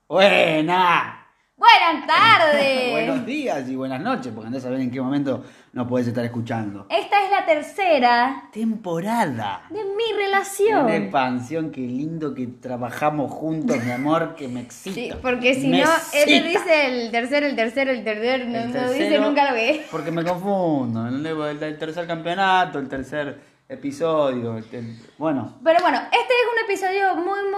Buena. Buenas tardes. Buenos días y buenas noches, porque andás a ver en qué momento nos podés estar escuchando. Esta es la tercera Temporada. de mi relación. Una expansión, qué lindo que trabajamos juntos, mi amor, que me excita. Sí, porque si Me no, él excita. dice el tercero, no, El no dice tercero, nunca lo que es. Porque me confundo. El tercer campeonato, el tercer episodio. Bueno. Pero bueno, este es un episodio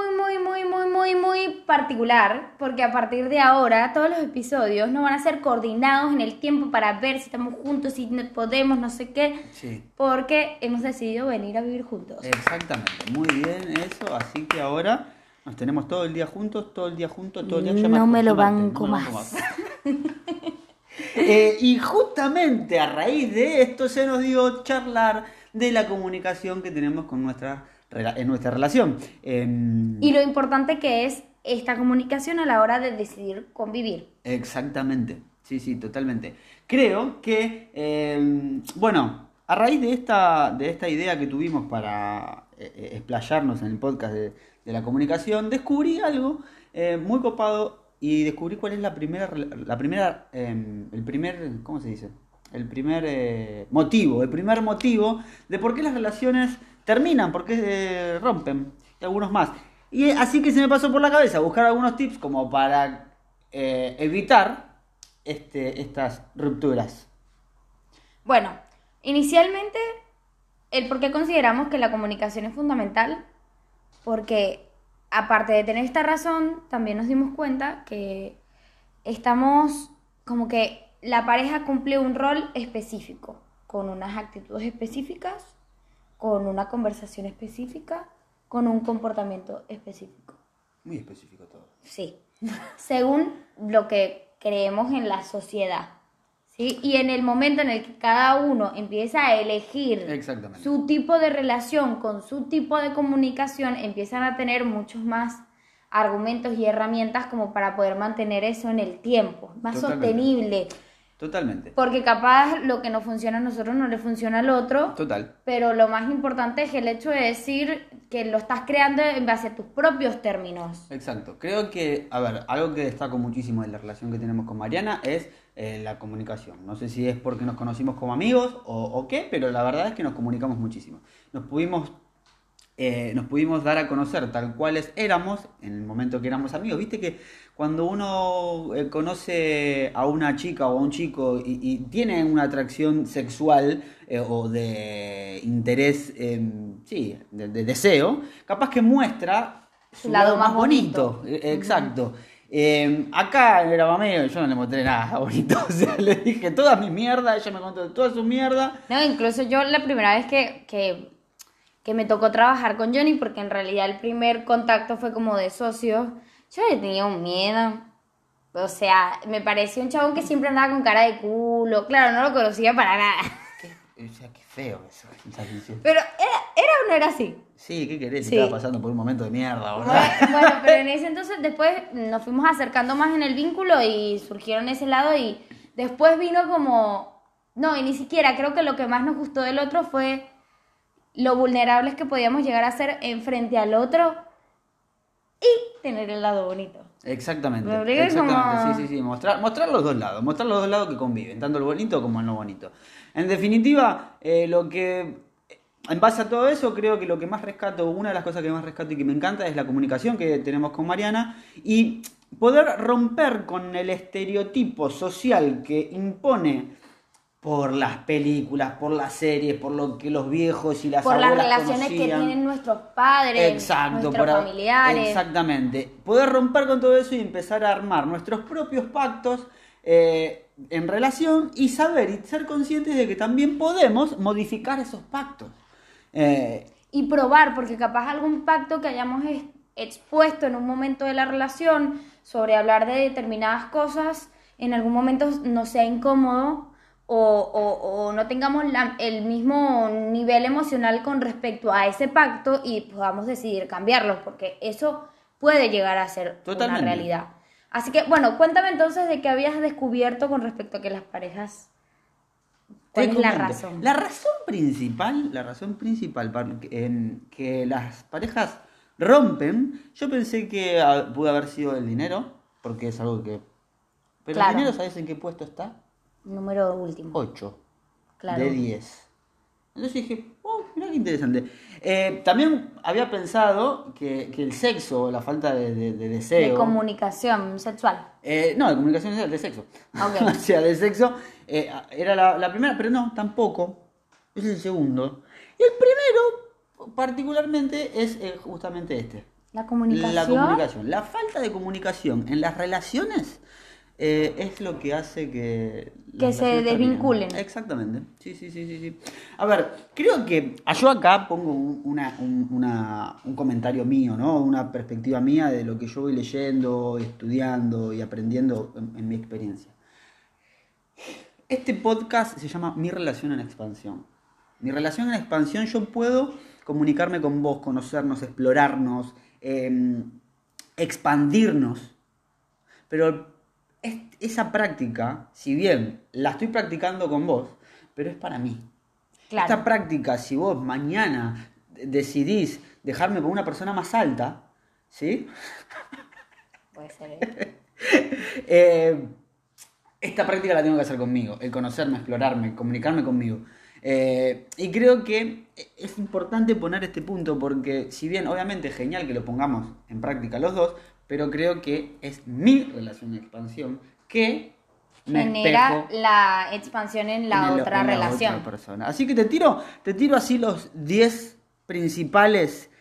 muy particular, porque a partir de ahora todos los episodios no van a ser coordinados en el tiempo para ver si estamos juntos, si podemos, no sé qué, Sí. porque hemos decidido venir a vivir juntos. Exactamente, muy bien eso, así que ahora nos tenemos todo el día juntos, todo el día. No me lo banco más. Y justamente a raíz de esto se nos dio charlar de la comunicación que tenemos con nuestra relación. Y lo importante que es esta comunicación a la hora de decidir convivir. Exactamente, sí, totalmente. Creo que, a raíz de esta idea que tuvimos para explayarnos en el podcast de la comunicación, descubrí algo muy copado y descubrí cuál es el primer, ¿cómo se dice? El primer motivo de por qué las relaciones terminan, por qué rompen, y algunos más. Y así que se me pasó por la cabeza buscar algunos tips como para evitar estas rupturas. Bueno, inicialmente, el por qué consideramos que la comunicación es fundamental, porque aparte de tener esta razón, también nos dimos cuenta que estamos como que la pareja cumple un rol específico, con unas actitudes específicas, con una conversación específica, con un comportamiento específico. Muy específico todo. Sí, según lo que creemos en la sociedad, ¿sí? Y en el momento en el que cada uno empieza a elegir Exactamente. su tipo de relación con su tipo de comunicación, empiezan a tener muchos más argumentos y herramientas como para poder mantener eso en el tiempo, más Totalmente. Sostenible. Totalmente. Porque capaz lo que nos funciona a nosotros no le funciona al otro. Total. Pero lo más importante es el hecho de decir que lo estás creando en base a tus propios términos. Exacto. Creo que, algo que destaco muchísimo de la relación que tenemos con Mariana es la comunicación. No sé si es porque nos conocimos como amigos o qué, pero la verdad es que nos comunicamos muchísimo. Nos pudimos dar a conocer tal cuales éramos en el momento que éramos amigos. Viste que cuando uno conoce a una chica o a un chico y tiene una atracción sexual o de interés, de deseo, capaz que muestra su lado más bonito. Exacto. Acá era amigo y yo no le mostré nada bonito. O sea, le dije toda mi mierda, ella me contó toda su mierda. No, incluso yo la primera vez que me tocó trabajar con Johnny, porque en realidad el primer contacto fue como de socios, yo le tenía un miedo. O sea, me parecía un chabón que siempre andaba con cara de culo. Claro, no lo conocía para nada. O sea, qué feo eso. Pero ¿era o no era así? Sí, ¿qué querés? Sí. Estaba pasando por un momento de mierda, ¿verdad? Bueno, pero en ese entonces después nos fuimos acercando más en el vínculo y surgieron ese lado y después vino como... No, y ni siquiera, creo que lo que más nos gustó del otro fue lo vulnerables que podíamos llegar a ser en frente al otro y tener el lado bonito. Exactamente. Me obliga Exactamente. Sí. Mostrar los dos lados que conviven, tanto el bonito como el no bonito. En definitiva, en base a todo eso, creo que lo que más rescato, una de las cosas que más rescato y que me encanta es la comunicación que tenemos con Mariana y poder romper con el estereotipo social que impone por las películas, por las series, por lo que los viejos y las por abuelas las relaciones conocían. Que tienen nuestros padres, Exacto, nuestros familiares. Exactamente. Poder romper con todo eso y empezar a armar nuestros propios pactos en relación y saber y ser conscientes de que también podemos modificar esos pactos. Y probar, porque capaz algún pacto que hayamos expuesto en un momento de la relación sobre hablar de determinadas cosas, en algún momento nos sea incómodo o no tengamos el mismo nivel emocional con respecto a ese pacto y podamos decidir cambiarlo, porque eso puede llegar a ser Totalmente. una realidad. Así que, bueno, cuéntame entonces de qué habías descubierto con respecto a que las parejas... ¿Cuál es la razón? La razón principal en que las parejas rompen, yo pensé que pudo haber sido el dinero, porque es algo que... Pero Claro. el dinero, ¿sabes en qué puesto está? Número último. 8 Claro. de 10. Entonces dije, oh, mirá qué interesante. También había pensado que el sexo, la falta de deseo... De comunicación sexual. No, de comunicación es de sexo. Ok. O sea, de sexo era la primera, pero no, tampoco. Es el segundo. Y el primero, particularmente, es justamente este. La comunicación. La comunicación. La falta de comunicación en las relaciones es lo que hace que... las se relaciones desvinculen. terminen. Exactamente. Sí. A ver, creo que yo acá pongo un comentario mío, ¿no? Una perspectiva mía de lo que yo voy leyendo, estudiando y aprendiendo en mi experiencia. Este podcast se llama Mi Relación en Expansión. Mi relación en expansión, yo puedo comunicarme con vos, conocernos, explorarnos, expandirnos. Pero esa práctica, si bien la estoy practicando con vos, pero es para mí. Claro. Esta práctica, si vos mañana decidís dejarme con una persona más alta, ¿sí? Puede ser. Esta práctica la tengo que hacer conmigo, el conocerme, explorarme, comunicarme conmigo. Y creo que es importante poner este punto porque si bien obviamente es genial que lo pongamos en práctica los dos, pero creo que es mi relación de expansión que me Genera espejo la expansión en la otra en la relación. otra persona. Así que te tiro así los 10 principales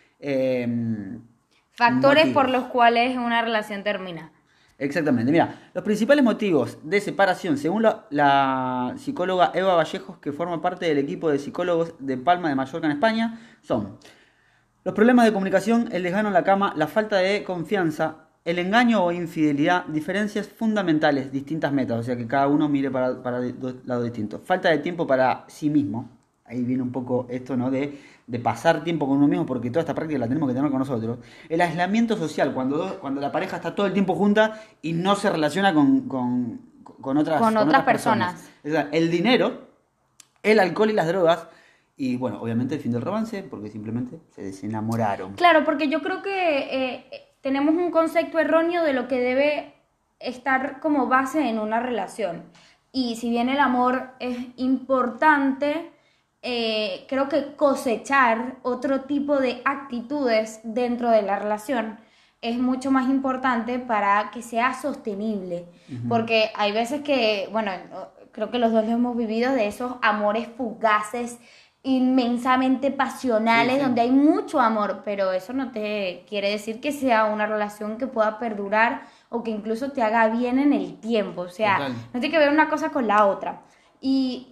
Factores motivos. por los cuales una relación termina. Exactamente, mira, los principales motivos de separación, según la psicóloga Eva Vallejos, que forma parte del equipo de psicólogos de Palma de Mallorca en España, son los problemas de comunicación, el desgano en la cama, la falta de confianza, el engaño o infidelidad, diferencias fundamentales, distintas metas, o sea que cada uno mire para dos lados distintos, falta de tiempo para sí mismo, ahí viene un poco esto, ¿no? De pasar tiempo con uno mismo, porque toda esta práctica la tenemos que tener con nosotros. El aislamiento social, cuando la pareja está todo el tiempo junta y no se relaciona con otras personas. O sea, el dinero, el alcohol y las drogas, y bueno, obviamente el fin del romance, porque simplemente se desenamoraron. Claro, porque yo creo que tenemos un concepto erróneo de lo que debe estar como base en una relación. Y si bien el amor es importante, creo que cosechar otro tipo de actitudes dentro de la relación es mucho más importante para que sea sostenible. Porque hay veces que, bueno, creo que los dos lo hemos vivido, de esos amores fugaces, inmensamente pasionales, Sí. donde hay mucho amor, pero eso no te quiere decir que sea una relación que pueda perdurar o que incluso te haga bien en el tiempo. O sea, Total. no tiene que ver una cosa con la otra. Y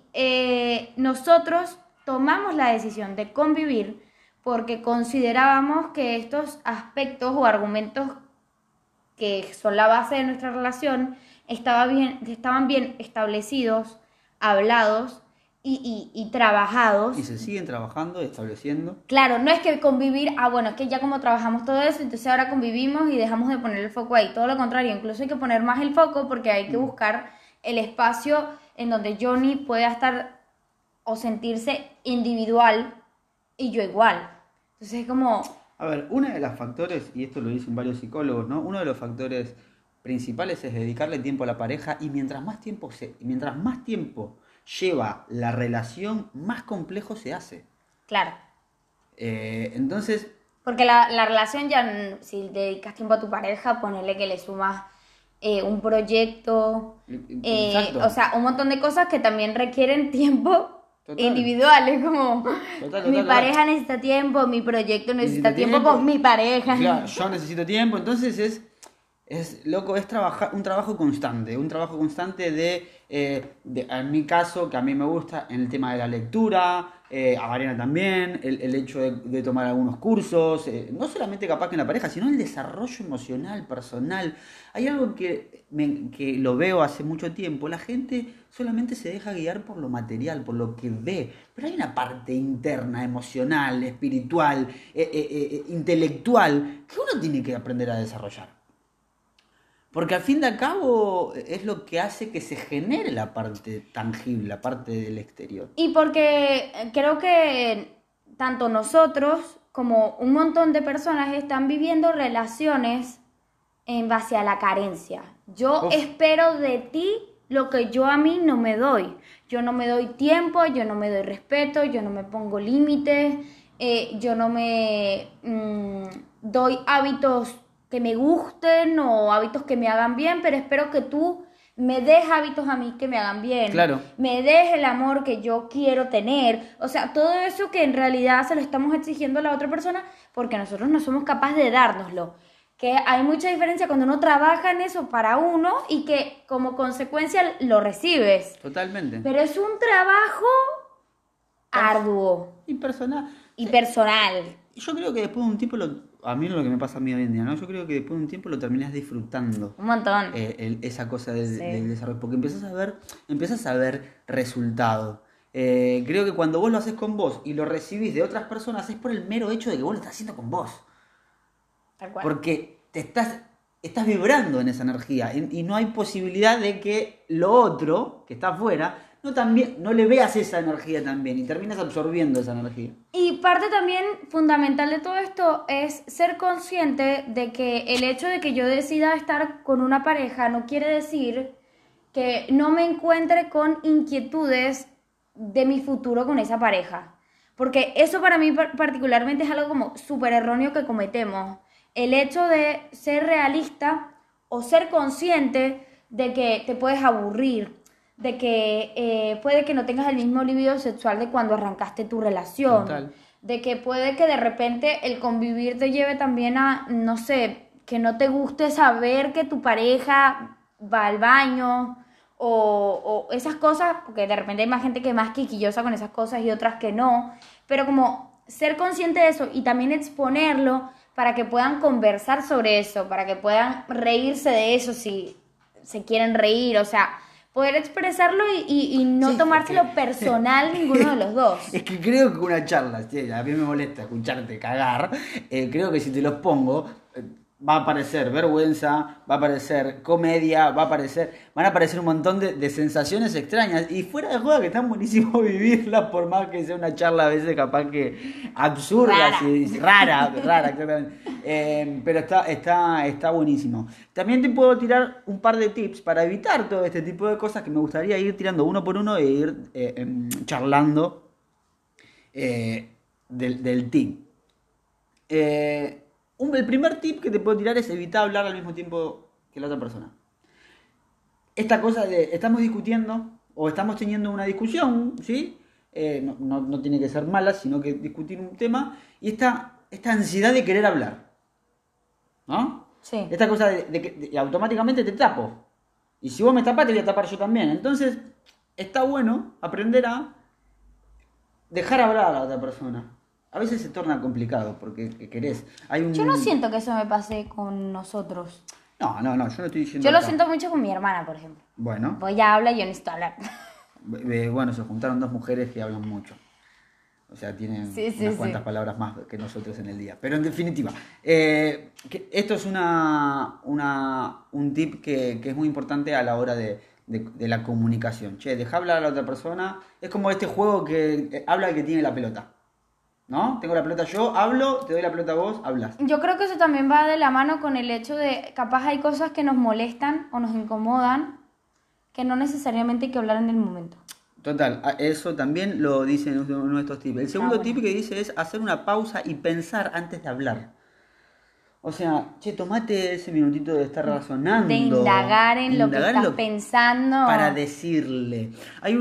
nosotros tomamos la decisión de convivir porque considerábamos que estos aspectos o argumentos que son la base de nuestra relación estaban bien establecidos, hablados y trabajados. Y se siguen trabajando, estableciendo. Claro, no es que convivir, bueno, es que ya como trabajamos todo eso, entonces ahora convivimos y dejamos de poner el foco ahí. Todo lo contrario, incluso hay que poner más el foco porque hay que buscar el espacio en donde Johnny pueda estar o sentirse individual y yo igual. Entonces es como... A ver, uno de los factores, y esto lo dicen varios psicólogos, ¿no? Uno de los factores principales es dedicarle tiempo a la pareja y mientras más tiempo lleva la relación, más complejo se hace. Claro. Entonces, Porque la relación ya, si dedicas tiempo a tu pareja, ponele que le sumas un proyecto, exacto. o sea, un montón de cosas que también requieren tiempo Total. individuales, como Total, mi total. pareja necesita tiempo, mi proyecto necesita tiempo tiempo. con mi pareja. Claro, yo necesito tiempo, entonces es trabajar, un trabajo constante en mi caso, que a mí me gusta, en el tema de la lectura, a Mariana también, el hecho de tomar algunos cursos, no solamente capaz que en la pareja, sino el desarrollo emocional, personal. Hay algo que lo veo hace mucho tiempo, la gente solamente se deja guiar por lo material, por lo que ve, pero hay una parte interna, emocional, espiritual, intelectual, que uno tiene que aprender a desarrollar. Porque al fin de cabo es lo que hace que se genere la parte tangible, la parte del exterior. Y porque creo que tanto nosotros como un montón de personas están viviendo relaciones en base a la carencia. Yo Uf. espero de ti lo que yo a mí no me doy. Yo no me doy tiempo, yo no me doy respeto, yo no me pongo límites, yo no me doy hábitos que me gusten o hábitos que me hagan bien, pero espero que tú me des hábitos a mí que me hagan bien. Claro. Me des el amor que yo quiero tener. O sea, todo eso que en realidad se lo estamos exigiendo a la otra persona porque nosotros no somos capaces de dárnoslo. Que hay mucha diferencia cuando uno trabaja en eso para uno y que como consecuencia lo recibes. Totalmente. Pero es un trabajo arduo Y personal. y personal. Yo creo que después de un tiempo, a mí es lo que me pasa a mí hoy en día, ¿no? Yo creo que después de un tiempo lo terminas disfrutando. Un montón. Esa cosa del Sí. desarrollo, porque empiezas a ver resultado. Creo que cuando vos lo haces con vos y lo recibís de otras personas es por el mero hecho de que vos lo estás haciendo con vos. Tal cual. Porque estás vibrando en esa energía y no hay posibilidad de que lo otro, que está afuera, no le veas esa energía también y terminas absorbiendo esa energía. Y parte también fundamental de todo esto es ser consciente de que el hecho de que yo decida estar con una pareja no quiere decir que no me encuentre con inquietudes de mi futuro con esa pareja. Porque eso para mí particularmente es algo como súper erróneo que cometemos. El hecho de ser realista o ser consciente de que te puedes aburrir, de que puede que no tengas el mismo libido sexual de cuando arrancaste tu relación, Total. de que puede que de repente el convivir te lleve también a, no sé, que no te guste saber que tu pareja va al baño o esas cosas, porque de repente hay más gente que es más quisquillosa con esas cosas y otras que no, pero como ser consciente de eso y también exponerlo para que puedan conversar sobre eso, para que puedan reírse de eso si se quieren reír, o sea, poder expresarlo y no Sí, tomárselo es que- personal ninguno de los dos. Es que creo que una charla, che, a mí me molesta escucharte cagar, creo que si te los pongo, va a aparecer vergüenza, va a aparecer comedia, van a aparecer un montón de sensaciones extrañas y fuera de joda que está buenísimo vivirla por más que sea una charla a veces capaz que absurda, Rara. rara, claramente. Pero está buenísimo. También te puedo tirar un par de tips para evitar todo este tipo de cosas que me gustaría ir tirando uno por uno e ir charlando del tip. El primer tip que te puedo tirar es evitar hablar al mismo tiempo que la otra persona. Esta cosa de estamos discutiendo o estamos teniendo una discusión, ¿sí? No tiene que ser mala, sino que discutir un tema y esta ansiedad de querer hablar, ¿no? Sí. Esta cosa de que automáticamente te tapo. Y si vos me tapás, te voy a tapar yo también. Entonces, está bueno aprender a dejar hablar a la otra persona. A veces se torna complicado porque querés. Yo no siento que eso me pase con nosotros. No, yo no estoy diciendo. Yo lo acá. siento mucho con mi hermana, por ejemplo. Bueno, Voy a hablar y yo necesito hablar. bueno, se juntaron dos mujeres que hablan mucho. O sea, tienen Sí, sí, unas sí. cuantas palabras más que nosotros en el día. Pero en definitiva, esto es un tip que es muy importante a la hora de la comunicación. Che, deja hablar a la otra persona. Es como este juego que habla el que tiene la pelota. ¿No? Tengo la pelota yo, hablo, te doy la pelota a vos, hablas. Yo creo que eso también va de la mano con el hecho de, capaz hay cosas que nos molestan o nos incomodan, que no necesariamente hay que hablar en el momento. Total, eso también lo dice uno de estos tips. El segundo bueno. tip que dice es hacer una pausa y pensar antes de hablar. O sea, che, tomate ese minutito de estar razonando. De indagar en lo que indagar en estás lo- pensando. Para decirle. Hay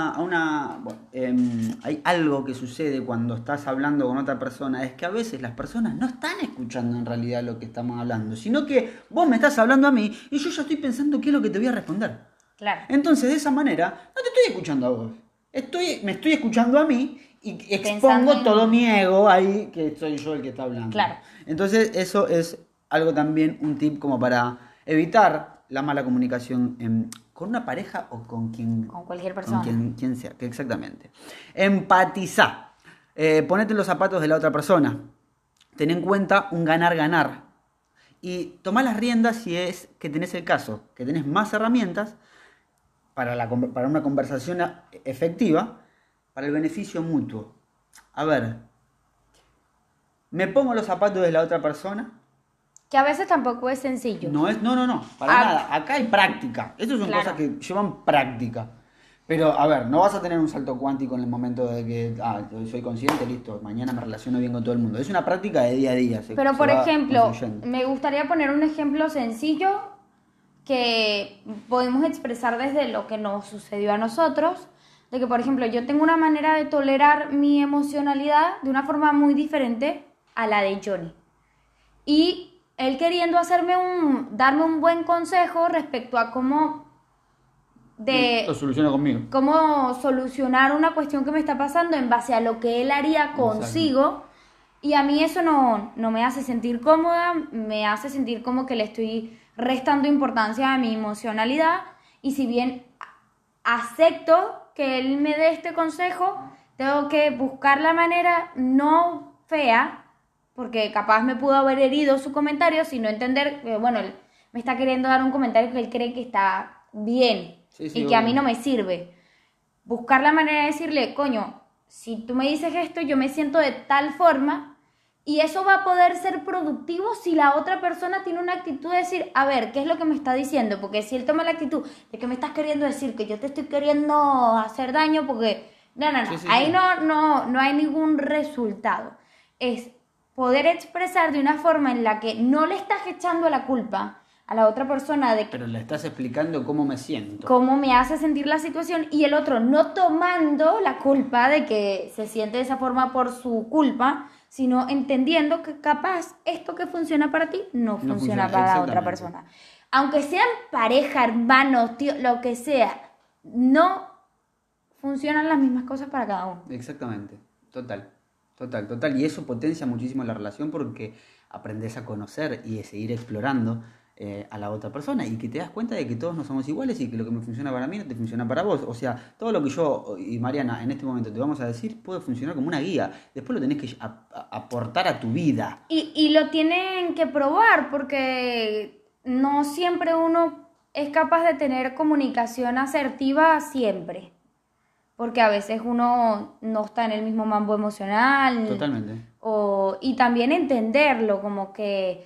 hay algo que sucede cuando estás hablando con otra persona, es que a veces las personas no están escuchando en realidad lo que estamos hablando, sino que vos me estás hablando a mí y yo ya estoy pensando qué es lo que te voy a responder. Claro. Entonces, de esa manera, no te estoy escuchando a vos. Me estoy escuchando a mí y Pensando expongo en- todo mi ego ahí, que soy yo el que está hablando. Claro. Entonces, eso es algo también, un tip como para evitar la mala comunicación con una pareja o con quien... Con cualquier persona. Con quien sea, que exactamente. Empatizá. Ponete en los zapatos de la otra persona. Ten en cuenta un ganar-ganar. Y tomá las riendas si es que tenés el caso, que tenés más herramientas para una conversación efectiva, para el beneficio mutuo. A ver, me pongo los zapatos de la otra persona. Que a veces tampoco es sencillo. No, para nada. Acá hay práctica. Estas son Claro. cosas que llevan práctica. Pero, a ver, no vas a tener un salto cuántico en el momento de que, soy consciente, listo, mañana me relaciono bien con todo el mundo. Es una práctica de día a día. Pero, por ejemplo, construyendo. me gustaría poner un ejemplo sencillo que podemos expresar desde lo que nos sucedió a nosotros. De que, por ejemplo, yo tengo una manera de tolerar mi emocionalidad de una forma muy diferente a la de Johnny. Y él queriendo darme un buen consejo respecto a cómo Lo soluciona conmigo. cómo solucionar una cuestión que me está pasando en base a lo que él haría consigo. Y a mí eso no me hace sentir cómoda, me hace sentir como que le estoy restando importancia a mi emocionalidad. Y si bien acepto que él me dé este consejo, tengo que buscar la manera no fea, porque capaz me pudo haber herido su comentario, sino entender que, bueno, él me está queriendo dar un comentario que él cree que está bien. Sí, Y que a mí no me sirve. Buscar la manera de decirle, coño, si tú me dices esto, yo me siento de tal forma, y eso va a poder ser productivo si la otra persona tiene una actitud de decir, a ver, ¿qué es lo que me está diciendo? Porque si él toma la actitud de que me estás queriendo decir que yo te estoy queriendo hacer daño, porque no, Sí, ahí sí. no hay ningún resultado. Es poder expresar de una forma en la que no le estás echando la culpa a la otra persona de que Pero le estás explicando cómo me siento. cómo me hace sentir la situación, y el otro no tomando la culpa de que se siente de esa forma por su culpa, sino entendiendo que capaz esto que funciona para ti no funciona para la otra exactamente. persona. Aunque sean pareja, hermanos, tío, lo que sea, no funcionan las mismas cosas para cada uno. Exactamente. Total. Y eso potencia muchísimo la relación porque aprendes a conocer y a seguir explorando a la otra persona, y que te das cuenta de que todos no somos iguales y que lo que me funciona para mí no te funciona para vos. O sea, todo lo que yo y Mariana en este momento te vamos a decir puede funcionar como una guía. Después lo tenés que aportar a tu vida. Y lo tienen que probar, porque no siempre uno es capaz de tener comunicación asertiva siempre. Porque a veces uno no está en el mismo mambo emocional. Totalmente. Y también entenderlo, como que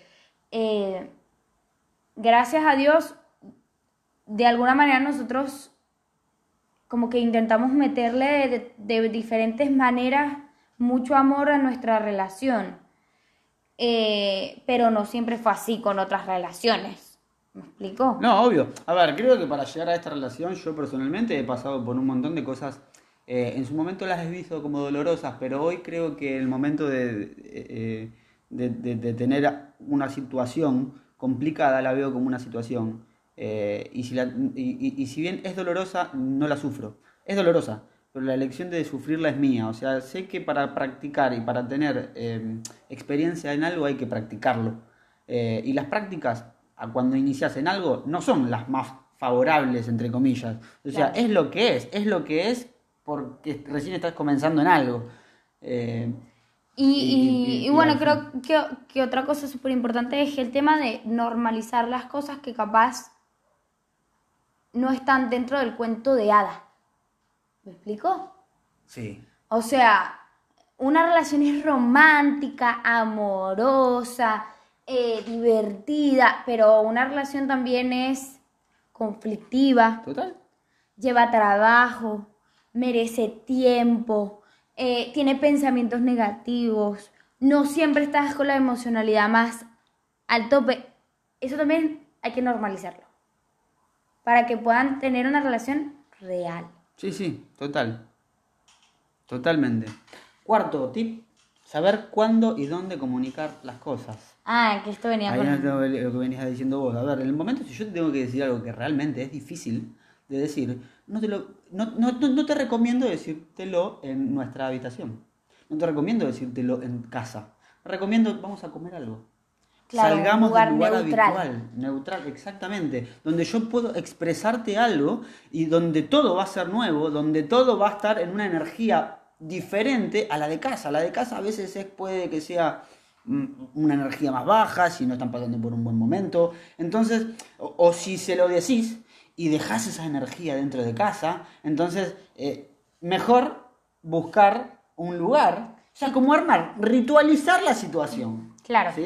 gracias a Dios, de alguna manera nosotros como que intentamos meterle de diferentes maneras mucho amor a nuestra relación. Pero no siempre fue así con otras relaciones. ¿Me explico? No, obvio. A ver, creo que para llegar a esta relación yo personalmente he pasado por un montón de cosas. En su momento las he visto como dolorosas, pero hoy creo que el momento de tener una situación complicada la veo como una situación. Y si bien es dolorosa, no la sufro. Es dolorosa, pero la elección de sufrirla es mía. O sea, sé que para practicar y para tener experiencia en algo hay que practicarlo. Y las prácticas, cuando inicias en algo, no son las más favorables, entre comillas. O sea, Claro. es lo que es porque recién estás comenzando en algo. Y bueno, al creo que otra cosa súper importante es el tema de normalizar las cosas que capaz no están dentro del cuento de hadas. ¿Me explico? Sí. O sea, una relación es romántica, amorosa, divertida, pero una relación también es conflictiva, ¿Total? lleva trabajo, merece tiempo, tiene pensamientos negativos, no siempre estás con la emocionalidad más al tope. Eso también hay que normalizarlo para que puedan tener una relación real. Sí, totalmente. Cuarto tip, saber cuándo y dónde comunicar las cosas. Que esto venía Ahí con... es lo que venías diciendo vos. A ver, en el momento si yo te tengo que decir algo que realmente es difícil de decir, no te recomiendo decírtelo en nuestra habitación. No te recomiendo decírtelo en casa. Te recomiendo, vamos a comer algo. Claro, Salgamos un del lugar neutral. habitual, neutral, exactamente, donde yo puedo expresarte algo y donde todo va a ser nuevo, donde todo va a estar en una energía diferente a la de casa. La de casa a veces puede que sea una energía más baja, si no están pasando por un buen momento. Entonces, o si se lo decís y dejás esa energía dentro de casa, entonces mejor buscar un lugar, o sea, como armar, ritualizar la situación. Claro. ¿Sí?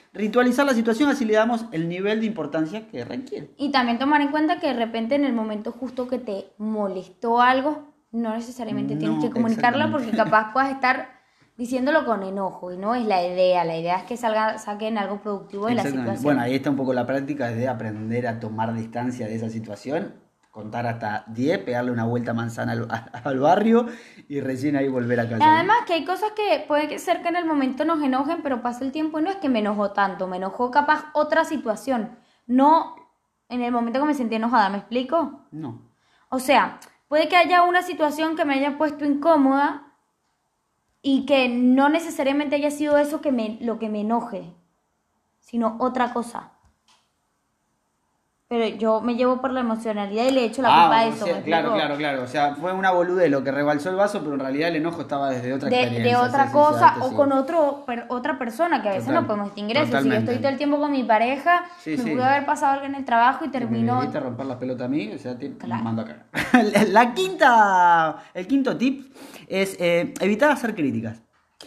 ritualizar la situación, así le damos el nivel de importancia que requiere. Y también tomar en cuenta que de repente en el momento justo que te molestó algo, no necesariamente tienes No, que comunicarlo exactamente. porque capaz puedas estar diciéndolo con enojo y no es la idea es que saquen algo productivo de la Exactamente. situación. Bueno, ahí está un poco la práctica de aprender a tomar distancia de esa situación, contar hasta 10, pegarle una vuelta manzana al barrio y recién ahí volver a casa. Y además que hay cosas que puede ser que en el momento nos enojen, pero pasa el tiempo y no es que me enojó tanto, me enojó capaz otra situación, no en el momento que me sentí enojada, ¿me explico? No. O sea, puede que haya una situación que me haya puesto incómoda y que no necesariamente haya sido eso lo que me enoje, sino otra cosa. Pero yo me llevo por la emocionalidad y le echo la culpa a eso. O sea, ¿me claro. explico? O sea, fue una boludez lo que rebalsó el vaso, pero en realidad el enojo estaba desde otra experiencia. De otra Sí, cosa antes o sí. con otra persona que a veces Total, no podemos distinguir eso. Si yo totalmente. estoy todo el tiempo con mi pareja, Sí, me sí. pudo haber pasado algo en el trabajo y Que me terminó. viniste a romper las pelotas a mí, o sea, te Claro. mando a cagar. El quinto tip es evitar hacer críticas.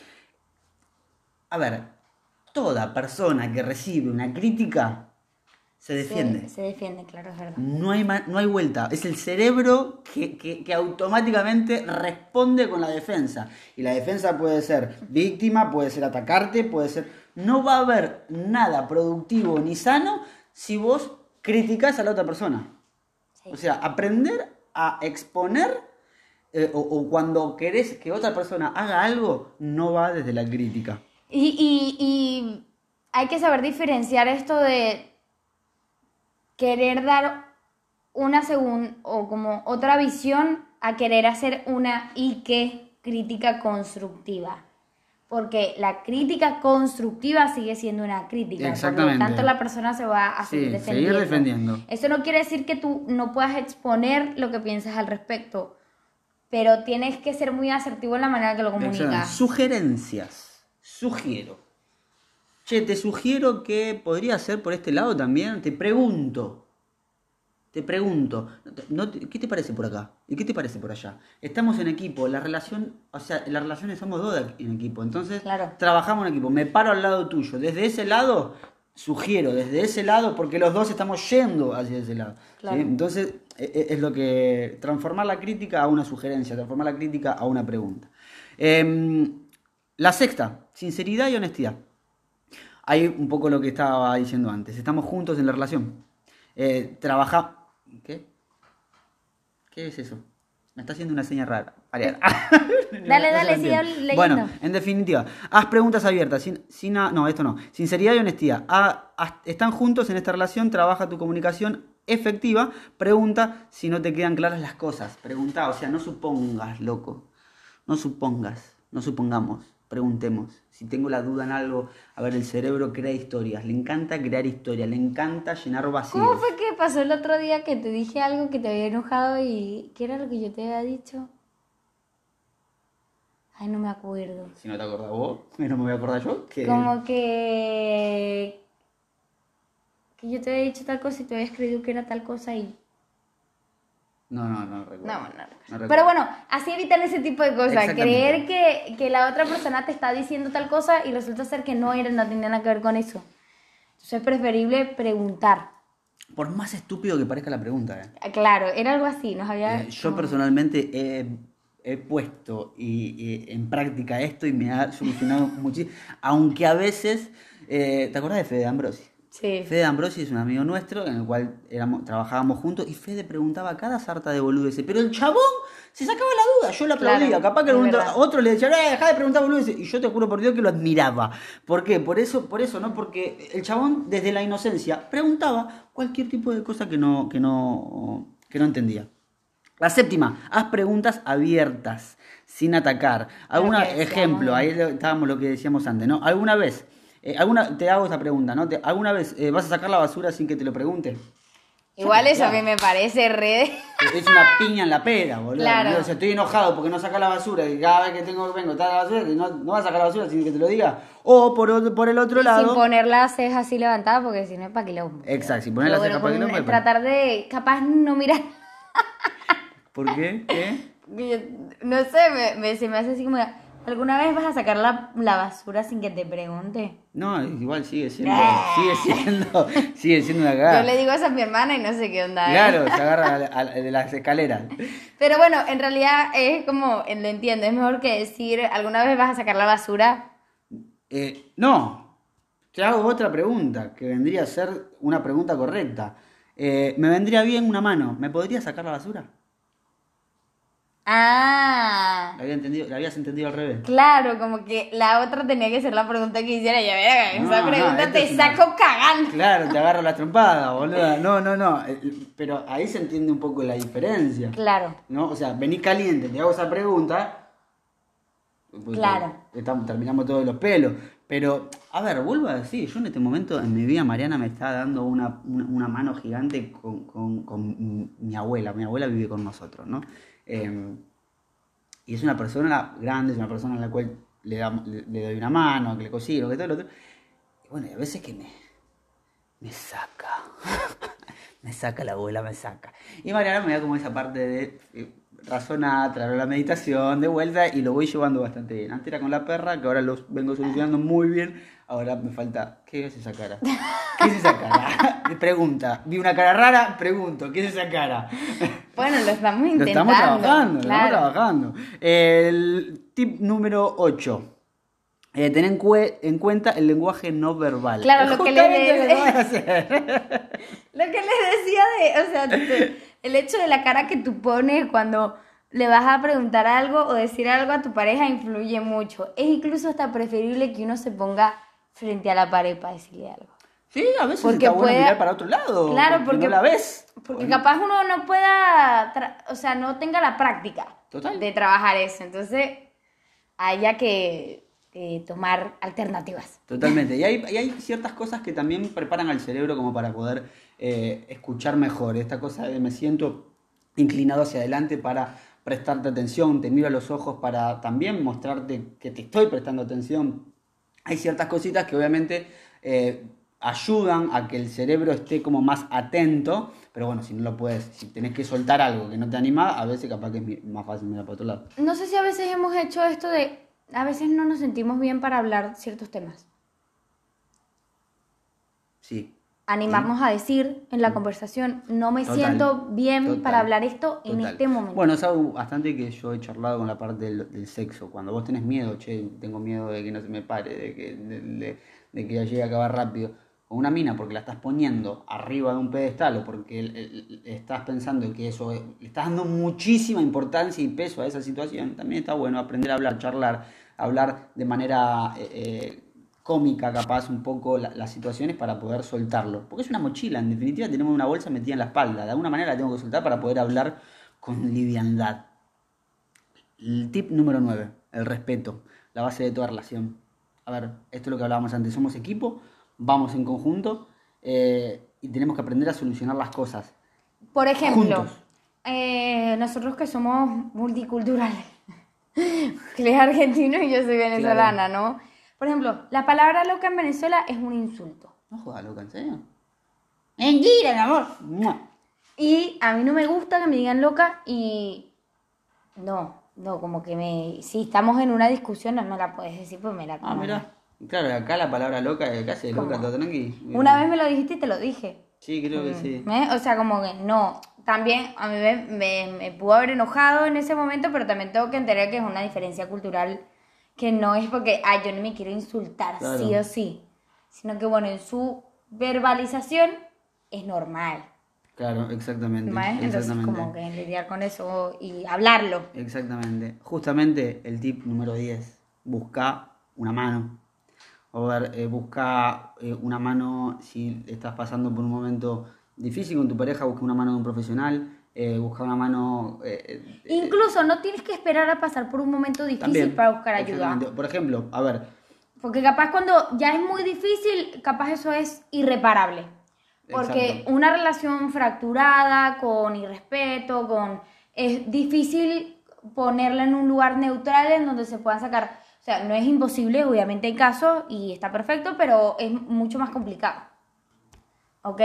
A ver, toda persona que recibe una crítica se defiende. Se defiende, claro, es verdad. No hay vuelta. Es el cerebro que automáticamente responde con la defensa. Y la defensa puede ser víctima, puede ser atacarte, puede ser... No va a haber nada productivo ni sano si vos criticás a la otra persona. Sí. O sea, aprender a exponer o cuando querés que otra persona haga algo, no va desde la crítica. Y hay que saber diferenciar esto de querer dar una segunda o como otra visión a querer hacer una crítica constructiva. Porque la crítica constructiva sigue siendo una crítica. Exactamente. Por lo tanto, la persona se va a seguir defendiendo. Eso no quiere decir que tú no puedas exponer lo que piensas al respecto. Pero tienes que ser muy asertivo en la manera que lo comunicas. Sugerencias. Sugiero. Che, te sugiero que podría ser por este lado también. Te pregunto. ¿Qué te parece por acá? ¿Y qué te parece por allá? Estamos en equipo. Las relaciones somos dos en equipo. Entonces, claro, trabajamos en equipo. Me paro al lado tuyo. Desde ese lado, sugiero. Desde ese lado, porque los dos estamos yendo hacia ese lado. Claro. ¿Sí? Entonces, es lo que... Transformar la crítica a una sugerencia. Transformar la crítica a una pregunta. La sexta. Sinceridad y honestidad. Hay un poco lo que estaba diciendo antes. Estamos juntos en la relación. ¿Qué? ¿Qué es eso? Me está haciendo una seña rara. Dale, sigue leyendo. Bueno, en definitiva, haz preguntas abiertas. No, esto no. Sinceridad y honestidad. Están juntos en esta relación, trabaja tu comunicación efectiva. Pregunta si no te quedan claras las cosas. Pregunta, o sea, no supongas, loco. No supongamos. Preguntemos. Si tengo la duda en algo, a ver, el cerebro crea historias. Le encanta crear historias, le encanta llenar vacíos. ¿Cómo fue que pasó el otro día que te dije algo que te había enojado y qué era lo que yo te había dicho? Ay, no me acuerdo. Si no te acordás vos, no me voy a acordar yo. Como que yo te había dicho tal cosa y te había escrito que era tal cosa y... No recuerdo. No recuerdo. Pero bueno, así evitan ese tipo de cosas. Creer que la otra persona te está diciendo tal cosa y resulta ser que no tenía nada que ver con eso. Entonces es preferible preguntar. Por más estúpido que parezca la pregunta. Claro, era algo así. Yo personalmente he puesto en práctica esto y me ha solucionado muchísimo. Aunque a veces... ¿te acordás de Fede Ambrosi? Sí. Fede Ambrosi es un amigo nuestro en el cual trabajábamos juntos y Fede preguntaba cada sarta de boludeces, pero el chabón se sacaba la duda, yo lo aplaudía, Claro, capaz que otro le decía, dejá de preguntar boludeces, y yo te juro por Dios que lo admiraba. ¿Por qué? Por eso, ¿no? Porque el chabón desde la inocencia preguntaba cualquier tipo de cosa que no entendía. La séptima, haz preguntas abiertas, sin atacar. Ejemplo, ahí estábamos lo que decíamos antes, ¿no? ¿Alguna vez? Te hago esta pregunta, ¿no? ¿Alguna vez vas a sacar la basura sin que te lo pregunte? Igual eso a mí me parece re... Es una piña en la pera, boludo. Claro. ¿No? O sea, estoy enojado porque no saca la basura y cada vez que vengo está la basura, y no vas a sacar la basura sin que te lo diga. O por el otro lado... Sin poner las cejas así levantadas porque si no es pa' quilombo. Exacto, sin poner las cejas para quilombo. Tratar de, capaz, no mirar... ¿Por qué? ¿Qué? No sé, se me hace así como... ¿Alguna vez vas a sacar la basura sin que te pregunte? No, igual sigue siendo una cagada. Yo le digo eso a mi hermana y no sé qué onda. Claro, se agarra de las escaleras. Pero bueno, en realidad es como, lo entiendo, es mejor que decir, ¿alguna vez vas a sacar la basura? No, te hago otra pregunta, que vendría a ser una pregunta correcta. Me vendría bien una mano, ¿me podrías sacar la basura? Ah, La habías entendido al revés. claro, como que la otra tenía que ser la pregunta que hiciera. Ya verga, esa No, pregunta esta te es una- saco cagando. Claro, te agarro la trompada, boluda. No. Pero ahí se entiende un poco la diferencia. Claro, ¿No? O sea, vení caliente, te hago esa pregunta. Pues, Claro. Terminamos todos los pelos. Pero, a ver, vuelvo a decir, yo en este momento en mi vida, Mariana me está dando una mano gigante con mi abuela. Mi abuela vive con nosotros, ¿no? Y es una persona grande, es una persona a la cual le doy una mano, que le cocino, que todo lo otro. Y bueno, y a veces que me saca. Me saca la abuela, me saca. Y Mariana me da como esa parte de razonar, traer la meditación de vuelta y lo voy llevando bastante bien. Antes era con la perra, que ahora los vengo solucionando muy bien. Ahora me falta, ¿qué es esa cara? ¿Qué es esa cara? Pregunta, vi una cara rara, pregunto, ¿qué es esa cara? bueno, lo estamos Lo intentando. estamos trabajando, claro. lo estamos trabajando. El tip número 8. Ten en cuenta el lenguaje no verbal. Claro, lo que les Justamente lo que voy a decía, hacer. lo que les decía o sea, el hecho de la cara que tú pones cuando le vas a preguntar algo o decir algo a tu pareja influye mucho. Es incluso hasta preferible que uno se ponga frente a la pared para decirle algo. Sí, a veces Porque está bueno puede- mirar para otro lado. Claro, porque no la ves. Porque capaz uno no pueda, o sea, no tenga la práctica Total. de trabajar eso. Entonces, haya que tomar alternativas. Totalmente. Y hay ciertas cosas que también preparan al cerebro como para poder escuchar mejor. Esta cosa de me siento inclinado hacia adelante para prestarte atención, te miro a los ojos para también mostrarte que te estoy prestando atención. Hay ciertas cositas que obviamente ayudan a que el cerebro esté como más atento, pero bueno, si no lo puedes, si tenés que soltar algo que no te anima, a veces capaz que es más fácil mirar para otro lado. No sé si a veces hemos hecho esto de, a veces no nos sentimos bien para hablar ciertos temas. Sí. Animarnos a decir en la conversación, no me Total, siento bien total, para hablar esto en total. este momento. Bueno, es algo bastante que yo he charlado con la parte del sexo. Cuando vos tenés miedo, che, tengo miedo de que no se me pare, de que ya llegue a acabar rápido. O una mina porque la estás poniendo arriba de un pedestal o porque estás pensando que eso le estás dando muchísima importancia y peso a esa situación, también está bueno aprender a hablar, charlar, hablar de manera cómica capaz un poco las situaciones para poder soltarlo. Porque es una mochila, en definitiva tenemos una bolsa metida en la espalda. De alguna manera la tengo que soltar para poder hablar con liviandad. El tip número 9, el respeto, la base de toda relación. A ver, esto es lo que hablábamos antes, somos equipo, vamos en conjunto y tenemos que aprender a solucionar las cosas. Por ejemplo, Juntos. Nosotros que somos multiculturales, que él es argentino y yo soy venezolana, ¿no? Por ejemplo, la palabra loca en Venezuela es un insulto. No jodas, loca, ¿en serio? Mentira, mi amor. ¡Mua! Y a mí no me gusta que me digan loca y no, como que si estamos en una discusión no me la puedes decir pues me la Ah, mira. Claro, acá la palabra loca, acá se loca, todo tranqui. Una vez me lo dijiste y te lo dije. Sí, creo que sí. O sea, como que no. También a mí me pudo haber enojado en ese momento, pero también tengo que entender que es una diferencia cultural que no es porque, yo no me quiero insultar, Claro. sí o sí. Sino que, bueno, en su verbalización es normal. Claro, exactamente. ¿Vale? Entonces, exactamente. como que lidiar con eso y hablarlo. Exactamente. Justamente el tip número 10. Busca una mano. O ver, busca una mano si estás pasando por un momento difícil con tu pareja, busca una mano de un profesional, busca una mano... Incluso no tienes que esperar a pasar por un momento difícil también, para buscar ayuda. exactamente. Por ejemplo, a ver, Porque capaz cuando ya es muy difícil, capaz eso es irreparable. Porque Exacto. una relación fracturada, con irrespeto, es difícil ponerla en un lugar neutral en donde se puedan sacar. O sea, no es imposible, obviamente hay casos y está perfecto, pero es mucho más complicado. ¿Ok?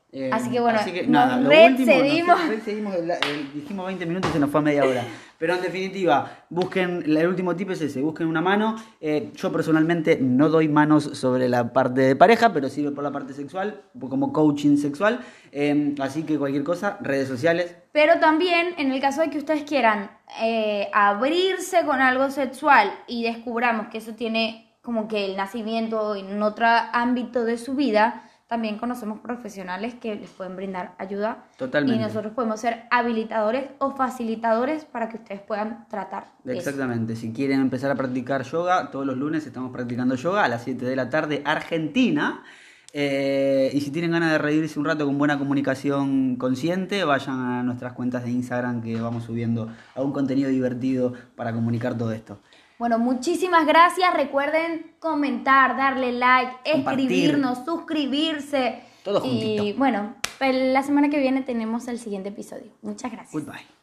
Así que bueno, nada, nos recedimos. Dijimos 20 minutos y se nos fue a media hora. Pero en definitiva, busquen, el último tip es ese, busquen una mano. Yo personalmente no doy manos sobre la parte de pareja, pero sirve por la parte sexual, como coaching sexual. Así que cualquier cosa, redes sociales. Pero también, en el caso de que ustedes quieran abrirse con algo sexual y descubramos que eso tiene como que el nacimiento en otro ámbito de su vida, también conocemos profesionales que les pueden brindar ayuda. Totalmente. Y nosotros podemos ser habilitadores o facilitadores para que ustedes puedan tratar Exactamente. eso. Si quieren empezar a practicar yoga, todos los lunes estamos practicando yoga a las 7 de la tarde, Argentina. Y si tienen ganas de reírse un rato con buena comunicación consciente, vayan a nuestras cuentas de Instagram que vamos subiendo algún contenido divertido para comunicar todo esto. Bueno, muchísimas gracias. Recuerden comentar, darle like, Compartir. escribirnos, suscribirse. Todo juntito. Y bueno, la semana que viene tenemos el siguiente episodio. Muchas gracias. Goodbye.